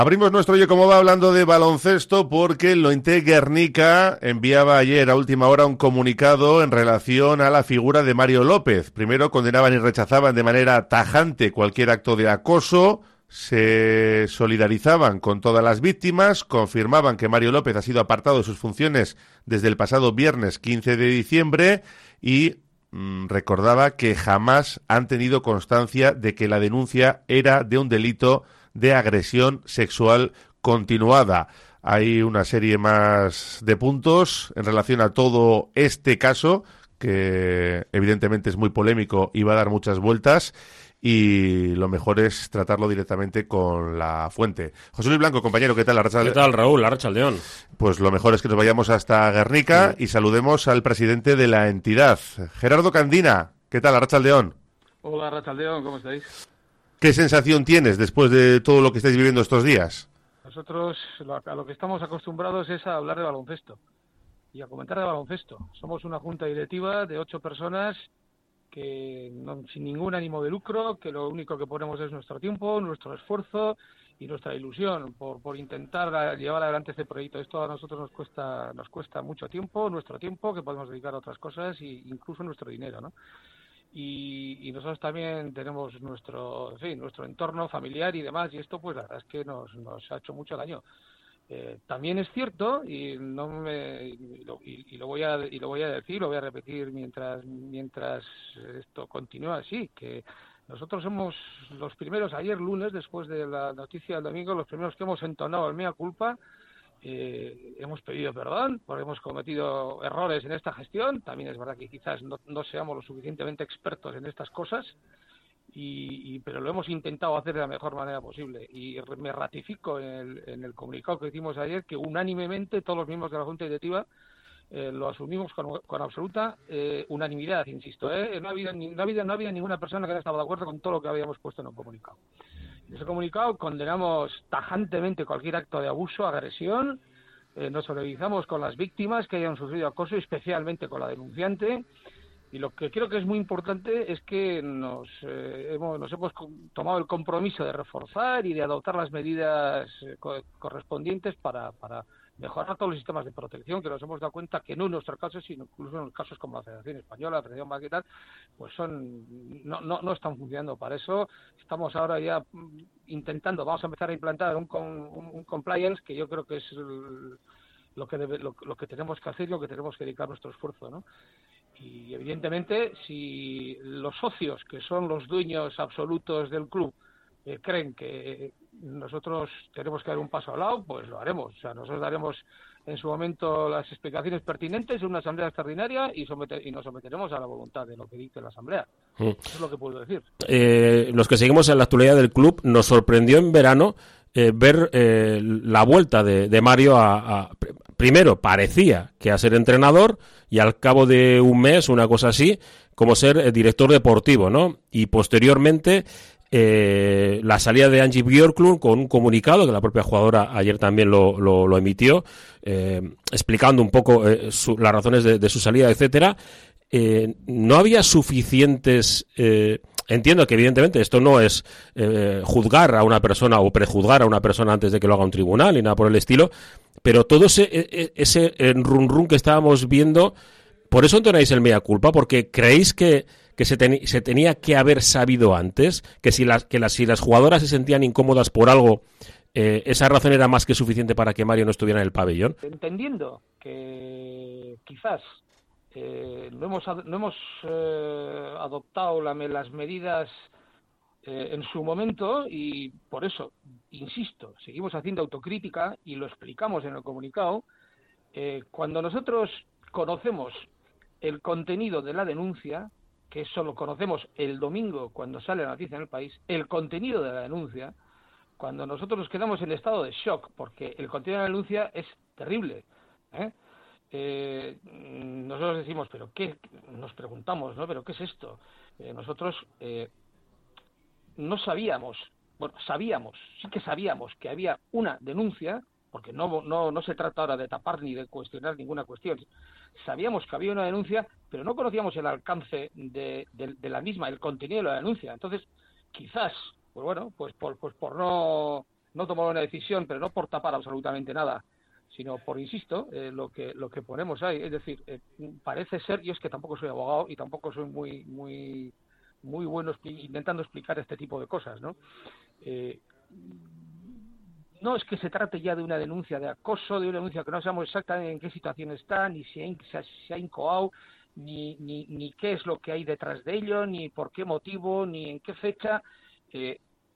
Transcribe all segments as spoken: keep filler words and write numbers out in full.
Abrimos nuestro Oye Cómo Va hablando de baloncesto porque el Lointe Guernica enviaba ayer a última hora un comunicado en relación a la figura de Mario López. Primero condenaban y rechazaban de manera tajante cualquier acto de acoso, se solidarizaban con todas las víctimas, confirmaban que Mario López ha sido apartado de sus funciones desde el pasado viernes quince de diciembre y mmm, recordaba que jamás han tenido constancia de que la denuncia era de un delito de agresión sexual continuada. Hay una serie más de puntos en relación a todo este caso, que evidentemente es muy polémico y va a dar muchas vueltas, y lo mejor es tratarlo directamente con la fuente. José Luis Blanco, compañero, ¿qué tal? Arracha... ¿Qué tal, Raúl? Arratsaldeon. Pues lo mejor es que nos vayamos hasta Guernica sí. y saludemos al presidente de la entidad, Gerardo Candina. ¿Qué tal? Arratsaldeon. Hola, Arratsaldeon, ¿cómo estáis? ¿Qué sensación tienes después de todo lo que estáis viviendo estos días? Nosotros a lo que estamos acostumbrados es a hablar de baloncesto y a comentar de baloncesto. Somos una junta directiva de ocho personas que no, sin ningún ánimo de lucro, que lo único que ponemos es nuestro tiempo, nuestro esfuerzo y nuestra ilusión por, por intentar llevar adelante este proyecto. Esto a nosotros nos cuesta nos cuesta mucho tiempo, nuestro tiempo, que podemos dedicar a otras cosas e incluso nuestro dinero, ¿no? Y, y nosotros también tenemos nuestro, sí, nuestro entorno familiar y demás, y esto pues la verdad es que nos, nos ha hecho mucho daño. Eh, también es cierto, y no me y lo, y, y lo voy a y lo voy a decir, lo voy a repetir mientras mientras esto continúa así, que nosotros somos los primeros, ayer lunes, después de la noticia del domingo, los primeros que hemos entonado el mea culpa. Eh, hemos pedido perdón porque hemos cometido errores en esta gestión. También es verdad que quizás no, no seamos lo suficientemente expertos en estas cosas, y, y, pero lo hemos intentado hacer de la mejor manera posible. Y me ratifico en el, en el comunicado que hicimos ayer, que unánimemente todos los miembros de la Junta Directiva eh, lo asumimos con, con absoluta eh, unanimidad, insisto. ¿eh? No, ha habido, no, ha habido, no había ninguna persona que no estaba de acuerdo con todo lo que habíamos puesto en el comunicado. En ese comunicado condenamos tajantemente cualquier acto de abuso, agresión, eh, nos solidarizamos con las víctimas que hayan sufrido acoso, especialmente con la denunciante, y lo que creo que es muy importante es que nos, eh, hemos, nos hemos tomado el compromiso de reforzar y de adoptar las medidas eh, co- correspondientes para, para mejorar todos los sistemas de protección, que nos hemos dado cuenta que no en nuestro caso, sino incluso en casos como la Federación Española, la Federación Vasca y tal, pues son no, no, no están funcionando. Para eso estamos ahora ya intentando, vamos a empezar a implantar un, un, un compliance que yo creo que es el, lo que debe, lo, lo que tenemos que hacer y lo que tenemos que dedicar nuestro esfuerzo, ¿no? Y evidentemente, si los socios, que son los dueños absolutos del club, eh, creen que nosotros tenemos que dar un paso al lado, pues lo haremos. O sea, nosotros daremos en su momento las explicaciones pertinentes en una asamblea extraordinaria y, someter, y nos someteremos a la voluntad de lo que dicte la asamblea. Mm. Eso es lo que puedo decir. Eh, los que seguimos en la actualidad del club, nos sorprendió en verano eh, ver eh, la vuelta de, de Mario a, a... Primero, parecía que a ser entrenador, y al cabo de un mes, una cosa así, como ser eh, director deportivo, ¿no? Y posteriormente Eh, la salida de Angie Björklund con un comunicado que la propia jugadora ayer también lo, lo, lo emitió, eh, explicando un poco eh, su, las razones de, de su salida, etcétera. Eh, no había suficientes... Eh, entiendo que evidentemente esto no es eh, juzgar a una persona o prejuzgar a una persona antes de que lo haga un tribunal ni nada por el estilo, pero todo ese, ese run run que estábamos viendo, por eso entonáis el mea culpa, porque creéis que que se, ten, se tenía que haber sabido antes, que si las, que las, si las jugadoras se sentían incómodas por algo, eh, esa razón era más que suficiente para que Mario no estuviera en el pabellón. Entendiendo que quizás eh, no hemos, no hemos eh, adoptado la, las medidas eh, en su momento, y por eso, insisto, seguimos haciendo autocrítica y lo explicamos en el comunicado. Eh, cuando nosotros conocemos el contenido de la denuncia, que eso lo conocemos el domingo cuando sale la noticia en El País, el contenido de la denuncia, cuando nosotros nos quedamos en estado de shock, porque el contenido de la denuncia es terrible, ¿eh? Eh, nosotros decimos, ¿pero qué? Nos preguntamos, ¿no? ¿Pero qué es esto? Eh, nosotros eh, no sabíamos, bueno, sabíamos, sí que sabíamos que había una denuncia, porque no, no, no se trata ahora de tapar ni de cuestionar ninguna cuestión. Sabíamos que había una denuncia, pero no conocíamos el alcance de, de, de la misma, el contenido de la denuncia. Entonces, quizás, pues bueno, pues por, pues por no no tomar una decisión, pero no por tapar absolutamente nada, sino por, insisto, eh, lo que lo que ponemos ahí. Es decir, eh, parece ser, y es que tampoco soy abogado y tampoco soy muy muy muy bueno expli- intentando explicar este tipo de cosas, ¿no? Eh, no es que se trate ya de una denuncia de acoso, de una denuncia que no sabemos exactamente en qué situación está, ni si ha, se ha, se ha incoado, ni, ni, ni qué es lo que hay detrás de ello, ni por qué motivo, ni en qué fecha. Eh,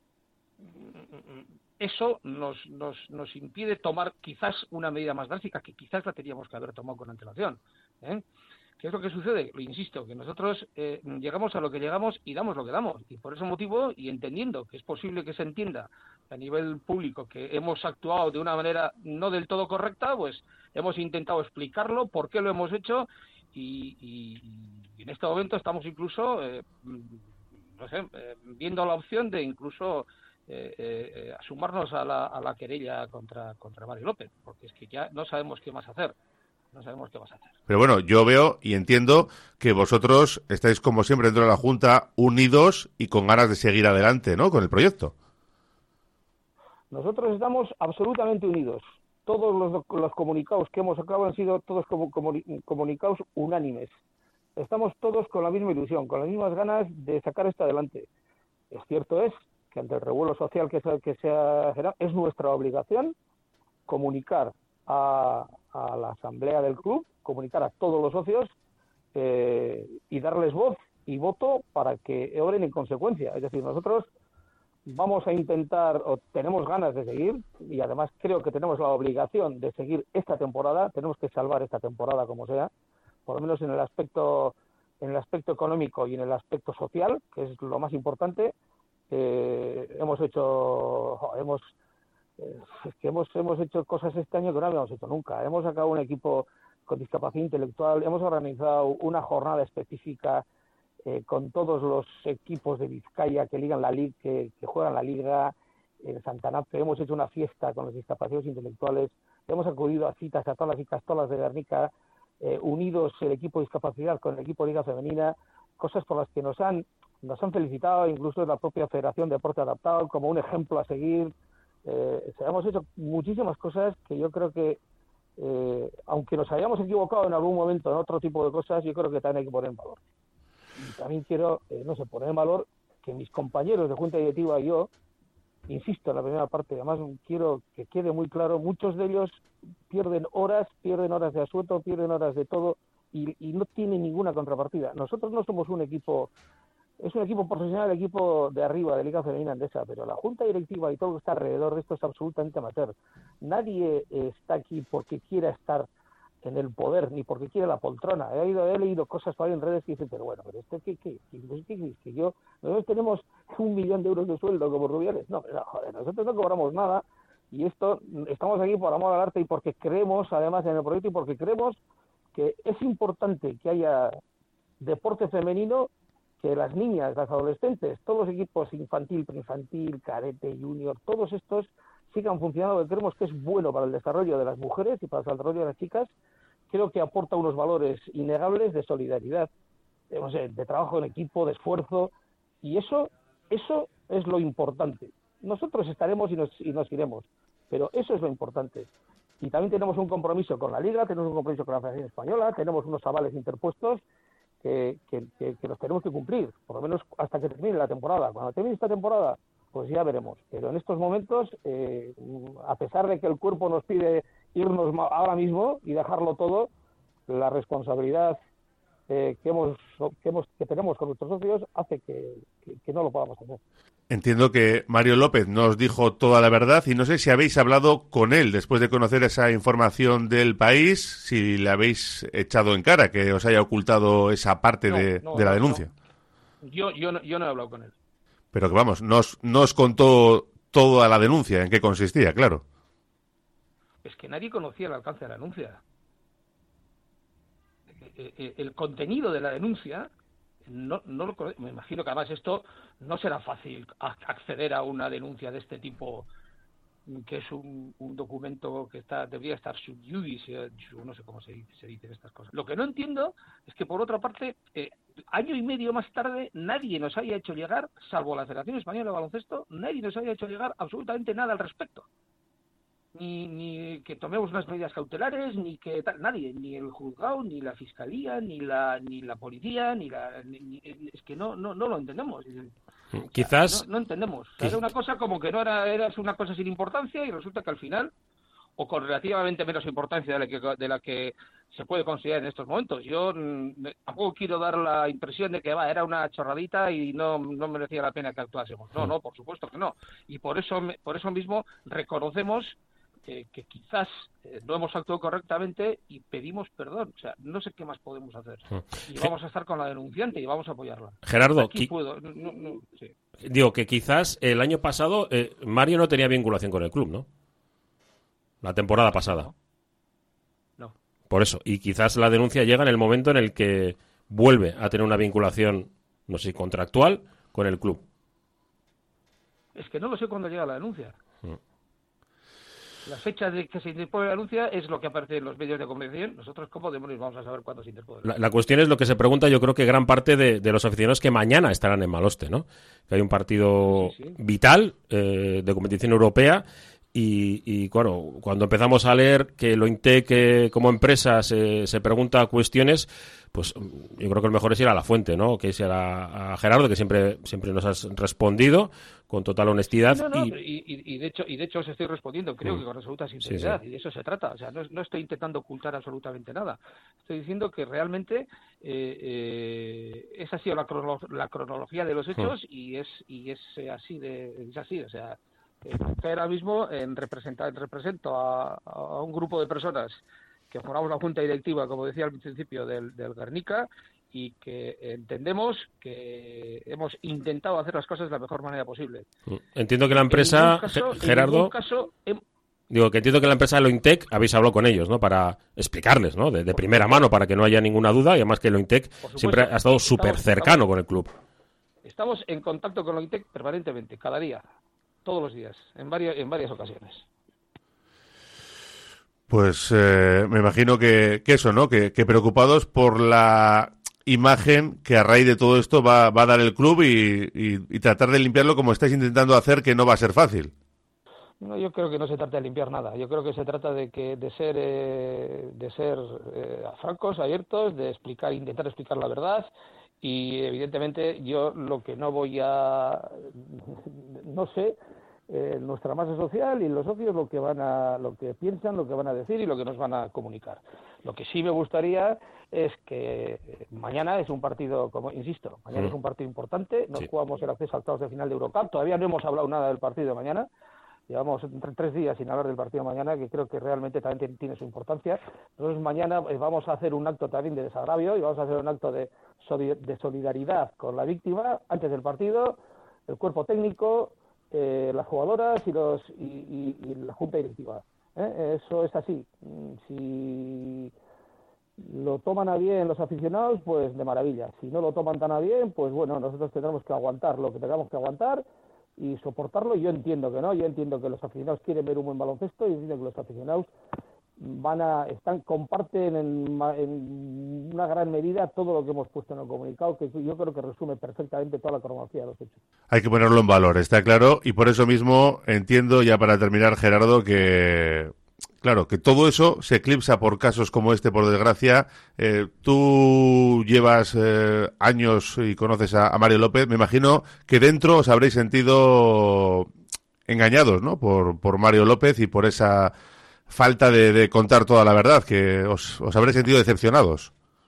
eso nos, nos, nos impide tomar quizás una medida más drástica, que quizás la teníamos que haber tomado con antelación, ¿eh? ¿Qué es lo que sucede? Lo insisto, que nosotros eh, llegamos a lo que llegamos y damos lo que damos. Y por ese motivo, y entendiendo que es posible que se entienda a nivel público que hemos actuado de una manera no del todo correcta, pues hemos intentado explicarlo, por qué lo hemos hecho, y, y, y en este momento estamos incluso, eh, no sé, eh, viendo la opción de incluso eh, eh, asumarnos a la, a la querella contra, contra Mario López, porque es que ya no sabemos qué más hacer. No sabemos qué vas a hacer. Pero bueno, yo veo y entiendo que vosotros estáis, como siempre, dentro de la Junta, unidos y con ganas de seguir adelante, ¿no?, con el proyecto. Nosotros estamos absolutamente unidos. Todos los, los comunicados que hemos sacado han sido todos como, como, comunicados unánimes. Estamos todos con la misma ilusión, con las mismas ganas de sacar esto adelante. Es cierto es que ante el revuelo social que se, que se ha generado, es nuestra obligación comunicar a, a la asamblea del club, comunicar a todos los socios eh, y darles voz y voto para que obren en consecuencia. Es decir, nosotros vamos a intentar, o tenemos ganas de seguir, y además creo que tenemos la obligación de seguir esta temporada, tenemos que salvar esta temporada como sea, por lo menos en el aspecto en el aspecto económico y en el aspecto social, que es lo más importante. Eh, hemos hecho hemos eh, es que hemos hemos hecho cosas este año que no habíamos hecho nunca. Hemos sacado un equipo con discapacidad intelectual, hemos organizado una jornada específica Eh, con todos los equipos de Vizcaya que ligan la liga, que, que juegan la liga en Santanape. Hemos hecho una fiesta con los discapacitados intelectuales, hemos acudido a citas a todas las Icastolas de Guernica, eh, unidos el equipo de discapacidad con el equipo de liga femenina, cosas por las que nos han nos han felicitado incluso la propia Federación de Deporte Adaptado como un ejemplo a seguir. Eh, hemos hecho muchísimas cosas que yo creo que eh, aunque nos hayamos equivocado en algún momento en otro tipo de cosas, yo creo que también hay que poner en valor. Y también quiero, eh, no sé, poner en valor que mis compañeros de Junta Directiva y yo, insisto en la primera parte, además quiero que quede muy claro, muchos de ellos pierden horas, pierden horas de asueto, pierden horas de todo y, y no tienen ninguna contrapartida. Nosotros no somos un equipo, es un equipo profesional, el equipo de arriba de Liga Femenina Endesa, pero la Junta Directiva y todo lo que está alrededor de esto es absolutamente amateur. Nadie eh, está aquí porque quiera estar en el poder, ni porque quiere la poltrona. He, ido, he leído cosas por ahí en redes que dicen, pero bueno, pero esto qué, qué, qué, qué, qué, que yo, nosotros tenemos un millón de euros de sueldo como Rubiales. No, pero joder, nosotros no cobramos nada y esto, estamos aquí por amor al arte y porque creemos, además, en el proyecto y porque creemos que es importante que haya deporte femenino, que las niñas, las adolescentes, todos los equipos infantil, preinfantil, cadete, junior, todos estos sigan funcionando, porque creemos que es bueno para el desarrollo de las mujeres y para el desarrollo de las chicas. Creo que aporta unos valores innegables de solidaridad, de, no sé, de trabajo en equipo, de esfuerzo, y eso eso es lo importante. Nosotros estaremos y nos, y nos iremos, pero eso es lo importante. Y también tenemos un compromiso con la Liga, tenemos un compromiso con la Federación Española, tenemos unos avales interpuestos que, que, que, que los tenemos que cumplir, por lo menos hasta que termine la temporada. Cuando termine esta temporada, pues ya veremos. Pero en estos momentos, eh, a pesar de que el cuerpo nos pide irnos ahora mismo y dejarlo todo, la responsabilidad eh, que hemos que hemos que tenemos con nuestros socios hace que, que, que no lo podamos hacer. Entiendo que Mario López nos dijo toda la verdad y no sé si habéis hablado con él después de conocer esa información del país, si le habéis echado en cara que os haya ocultado esa parte no, de, no, de la no, denuncia. No. Yo, yo, no, yo no he hablado con él. Pero que vamos, nos, nos contó toda la denuncia, en qué consistía, claro. Es que nadie conocía el alcance de la denuncia. El contenido de la denuncia, no, no lo, me imagino que además esto no será fácil acceder a una denuncia de este tipo que es un, un documento que está debería estar sub judice, no sé cómo se dice, se dicen estas cosas. Lo que no entiendo es que, por otra parte, eh, año y medio más tarde, nadie nos haya hecho llegar, salvo la Federación Española de Baloncesto, nadie nos haya hecho llegar absolutamente nada al respecto. Ni, ni que tomemos unas medidas cautelares, ni que tal, nadie, ni el juzgado, ni la fiscalía, ni la ni la policía, ni la ni, ni, es que no no no lo entendemos. Quizás o sea, no, no entendemos. O sea, era una cosa como que no era era una cosa sin importancia y resulta que al final, o con relativamente menos importancia de la que de la que se puede considerar en estos momentos. Yo mm, tampoco quiero dar la impresión de que va era una chorradita y no no merecía la pena que actuásemos. No, no, por supuesto que no. Y por eso por eso mismo reconocemos Que, que quizás eh, no hemos actuado correctamente y pedimos perdón. O sea, no sé qué más podemos hacer. Y vamos a estar con la denunciante y vamos a apoyarla. Gerardo, Aquí qui- puedo, no, no, sí. digo que quizás el año pasado eh, Mario no tenía vinculación con el club, ¿no? La temporada pasada. No. no. Por eso. Y quizás la denuncia llega en el momento en el que vuelve a tener una vinculación, no sé, contractual con el club. Es que no lo sé cuándo llega la denuncia. Mm. La fecha de que se interpone la denuncia es lo que aparece en los medios de comunicación. Nosotros, ¿cómo demonios vamos a saber cuándo se interpone? La, la cuestión es lo que se pregunta, yo creo que gran parte de, de los aficionados que mañana estarán en Maloste, ¿no? Que hay un partido Sí, sí. vital eh, de competición europea y, y, claro, cuando empezamos a leer que lo INTEC eh, como empresa se, se pregunta cuestiones, pues yo creo que lo mejor es ir a la fuente, ¿no? Que es ir a, a Gerardo, que siempre siempre nos has respondido con total honestidad. No, no, y... y, y de hecho y de hecho os estoy respondiendo, creo Mm. que con absoluta sinceridad, Sí, sí. y de eso se trata. O sea, no, no estoy intentando ocultar absolutamente nada. Estoy diciendo que realmente eh, eh, esa ha sido la, crono- la cronología de los hechos Mm. y es y es eh, así de es así. O sea, eh, que ahora mismo en representa, represento a, a un grupo de personas que formamos la junta directiva, como decía al principio, del, del Guernica, y que entendemos que hemos intentado hacer las cosas de la mejor manera posible. Entiendo que la empresa, En ningún caso, Ge- Gerardo, en ningún caso, hem- digo que entiendo que la empresa de Lointec habéis hablado con ellos, ¿no? Para explicarles, ¿no? De, de primera mano, para que no haya ninguna duda, y además que Lointec supuesto. siempre ha estado Estamos- súper cercano con el club. estamos en contacto con la INTEC permanentemente, cada día, todos los días, en varias, en varias ocasiones. Pues eh, me imagino que, que eso, ¿no? Que, que preocupados por la imagen que a raíz de todo esto va, va a dar el club y, y, y tratar de limpiarlo como estáis intentando hacer, que no va a ser fácil. No, yo creo que no se trata de limpiar nada. Yo creo que se trata de que de ser eh, de ser eh, francos, abiertos, de explicar, intentar explicar la verdad. Y evidentemente yo lo que no voy a, no sé, eh, nuestra masa social y los socios lo que van a, lo que piensan, lo que van a decir y lo que nos van a comunicar. Lo que sí me gustaría es que mañana es un partido, como insisto, mañana Mm. es un partido importante. Nos Sí. jugamos el acceso a octavos de final de Eurocup. Todavía no hemos hablado nada del partido de mañana. Llevamos entre tres días sin hablar del partido de mañana, que creo que realmente también tiene su importancia. Nosotros mañana eh, vamos a hacer un acto también de desagravio y vamos a hacer un acto de, soli- de solidaridad con la víctima antes del partido, el cuerpo técnico, eh, las jugadoras y, los, y, y, y la junta directiva. ¿eh? Eso es así. Mm, Si lo toman a bien los aficionados, pues de maravilla. Si no lo toman tan a bien, pues bueno, nosotros tendremos que aguantar lo que tengamos que aguantar y soportarlo. Yo entiendo que no, yo entiendo que los aficionados quieren ver un buen baloncesto y entiendo que los aficionados van a están comparten en, ma- en una gran medida todo lo que hemos puesto en el comunicado, que yo creo que resume perfectamente toda la cronología de los hechos. Hay que ponerlo en valor, está claro, y por eso mismo entiendo, ya para terminar, Gerardo, que claro, que todo eso se eclipsa por casos como este, por desgracia. Eh, tú llevas eh, años y conoces a, a Mario López, me imagino que dentro os habréis sentido engañados, ¿no? Por, por Mario López y por esa falta de, de contar toda la verdad, que os, os habréis sentido decepcionados.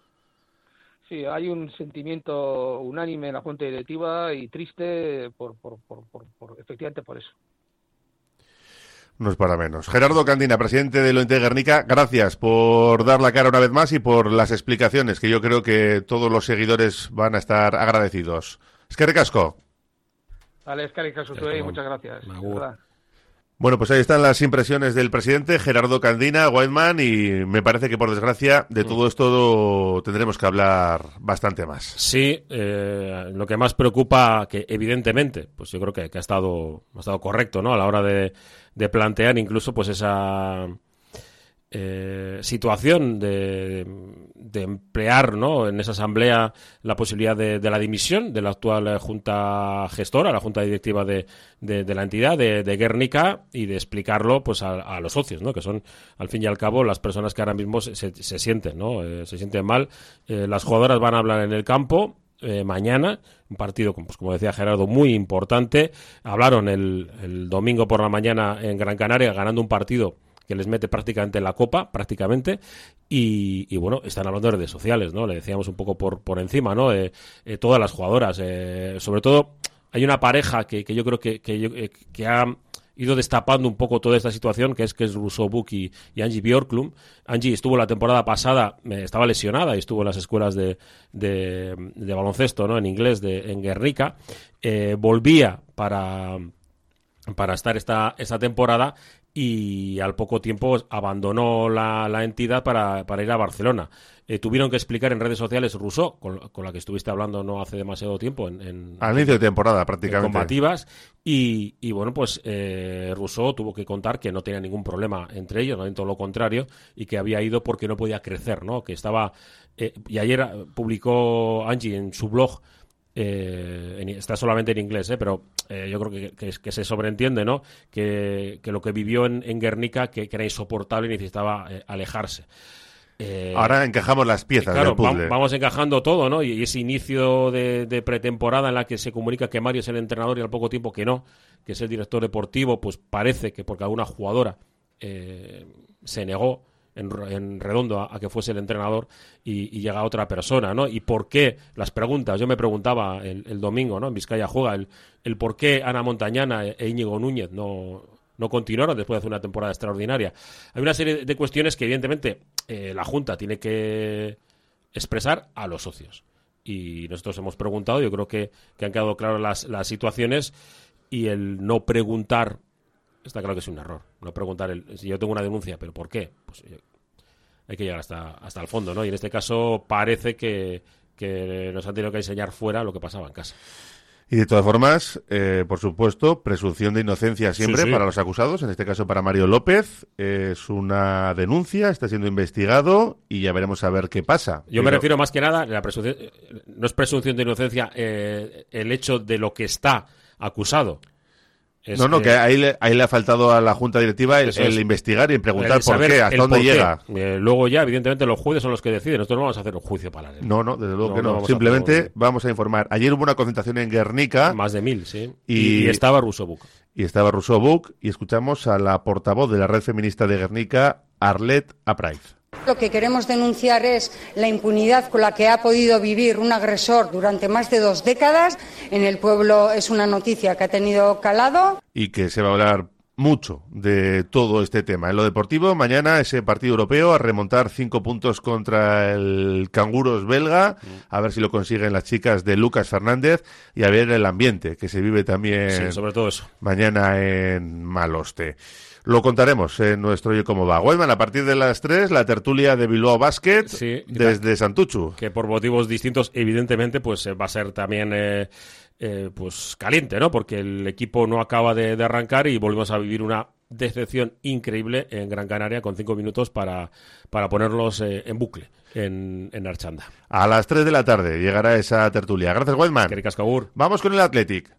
Sí, hay un sentimiento unánime en la junta directiva y triste por, por, por, por, por efectivamente por eso. No es para menos. Gerardo Candina, presidente de Lointec Guernica, gracias por dar la cara una vez más y por las explicaciones, que yo creo que todos los seguidores van a estar agradecidos. Es que recasco. Vale, es que muchas gracias. Agur. de verdad. Bueno, pues ahí están las impresiones del presidente Gerardo Candina, Weidman, y me parece que, por desgracia, de todo esto tendremos que hablar bastante más. Sí, eh, lo que más preocupa, que evidentemente, pues yo creo que, que ha estado ha estado correcto, ¿no? A la hora de, de plantear incluso pues esa eh, situación de, de emplear, ¿no? En esa asamblea la posibilidad de, de la dimisión de la actual junta gestora, la junta directiva de, de, de la entidad de, de Guernica, y de explicarlo pues a, a los socios, ¿no? Que son al fin y al cabo las personas que ahora mismo se, se, se sienten, ¿no? Eh, se sienten mal. Eh, las jugadoras van a hablar en el campo eh, mañana, un partido, pues, como decía Gerardo, muy importante. Hablaron el, el domingo por la mañana en Gran Canaria, ganando un partido que les mete prácticamente en la copa, prácticamente, y, y bueno, están hablando de redes sociales, ¿no? Le decíamos un poco por, por encima, ¿no? Eh, eh, todas las jugadoras, eh, sobre todo hay una pareja que, que yo creo que, que, yo, eh, que ha ido destapando un poco toda esta situación, que es que es Rousseau Buck y, y Angie Björklund. Angie estuvo la temporada pasada, eh, estaba lesionada y estuvo en las escuelas de, de, de baloncesto, ¿no? En inglés, de, en Guernica. Eh, volvía para, para estar esta, esta temporada, y al poco tiempo abandonó la, la entidad para, para ir a Barcelona. Eh, tuvieron que explicar en redes sociales Rousseau, con, con la que estuviste hablando no hace demasiado tiempo en, en al inicio de temporada prácticamente en combativas, y, y bueno, pues eh, Rousseau tuvo que contar que no tenía ningún problema entre ellos, no, en todo lo contrario, y que había ido porque no podía crecer, ¿no? Que estaba eh, y ayer publicó Angie en su blog. Eh, en, está solamente en inglés, eh, pero eh, yo creo que, que, que se sobreentiende, ¿no? Que, que lo que vivió en, en Guernica, que, que era insoportable y necesitaba eh, alejarse. Eh, Ahora encajamos las piezas claro, del puzzle. Va, vamos encajando todo, ¿no? Y, y ese inicio de, de pretemporada en la que se comunica que Mario es el entrenador y al poco tiempo que no, que es el director deportivo, pues parece que porque alguna jugadora eh, se negó En, en redondo a, a que fuese el entrenador, y, y llega otra persona, ¿no? Y por qué, las preguntas, yo me preguntaba el, el domingo, ¿no? En Vizcaya Juega, el, el por qué Ana Montañana e Íñigo Núñez no, no continuaron después de hacer una temporada extraordinaria. Hay una serie de cuestiones que evidentemente eh, la Junta tiene que expresar a los socios, y nosotros hemos preguntado. Yo creo que, que han quedado claras las, las situaciones, y el no preguntar está claro que es un error. No preguntar el, si yo tengo una denuncia, ¿pero por qué? Pues hay que llegar hasta, hasta el fondo, ¿no? Y en este caso parece que, que nos han tenido que enseñar fuera lo que pasaba en casa. Y de todas formas, eh, por supuesto, presunción de inocencia siempre sí, sí. para los acusados, en este caso para Mario López. Eh, es una denuncia, está siendo investigado y ya veremos a ver qué pasa. Yo Pero... me refiero más que nada, la presunción, no es presunción de inocencia eh, el hecho de lo que está acusado. Es no, no, que, que ahí, le, ahí le ha faltado a la Junta Directiva el, el investigar y el preguntar el por qué, hasta dónde llega. Eh, luego ya, evidentemente, los jueces son los que deciden. Nosotros no vamos a hacer un juicio para él. No, no, desde luego no, que no. no Simplemente a hacer... vamos a informar. Ayer hubo una concentración en Guernica. Más de mil, sí. Y, y estaba Rousseau Buck. Y estaba Rousseau Buck. Y escuchamos a la portavoz de la red feminista de Guernica, Arlet Apraiz. Lo que queremos denunciar es la impunidad con la que ha podido vivir un agresor durante más de dos décadas. En el pueblo es una noticia que ha tenido calado. Y que se va a hablar mucho de todo este tema. En lo deportivo, mañana ese partido europeo a remontar cinco puntos contra el Canguros belga, a ver si lo consiguen las chicas de Lucas Fernández, y a ver el ambiente que se vive también sí, sobre todo eso. Mañana en Maloste. Lo contaremos en nuestro Oye Cómo Va. Weidman, a partir de las tres, la tertulia de Bilbao Basket sí, desde Santuchu. Que por motivos distintos, evidentemente, pues va a ser también eh, eh, pues caliente, ¿no? Porque el equipo no acaba de, de arrancar y volvemos a vivir una decepción increíble en Gran Canaria con cinco minutos para, para ponerlos eh, en bucle en, en Archanda. A las tres de la tarde llegará esa tertulia. Gracias, Weidman. Kerrik Askagur. Vamos con el Athletic.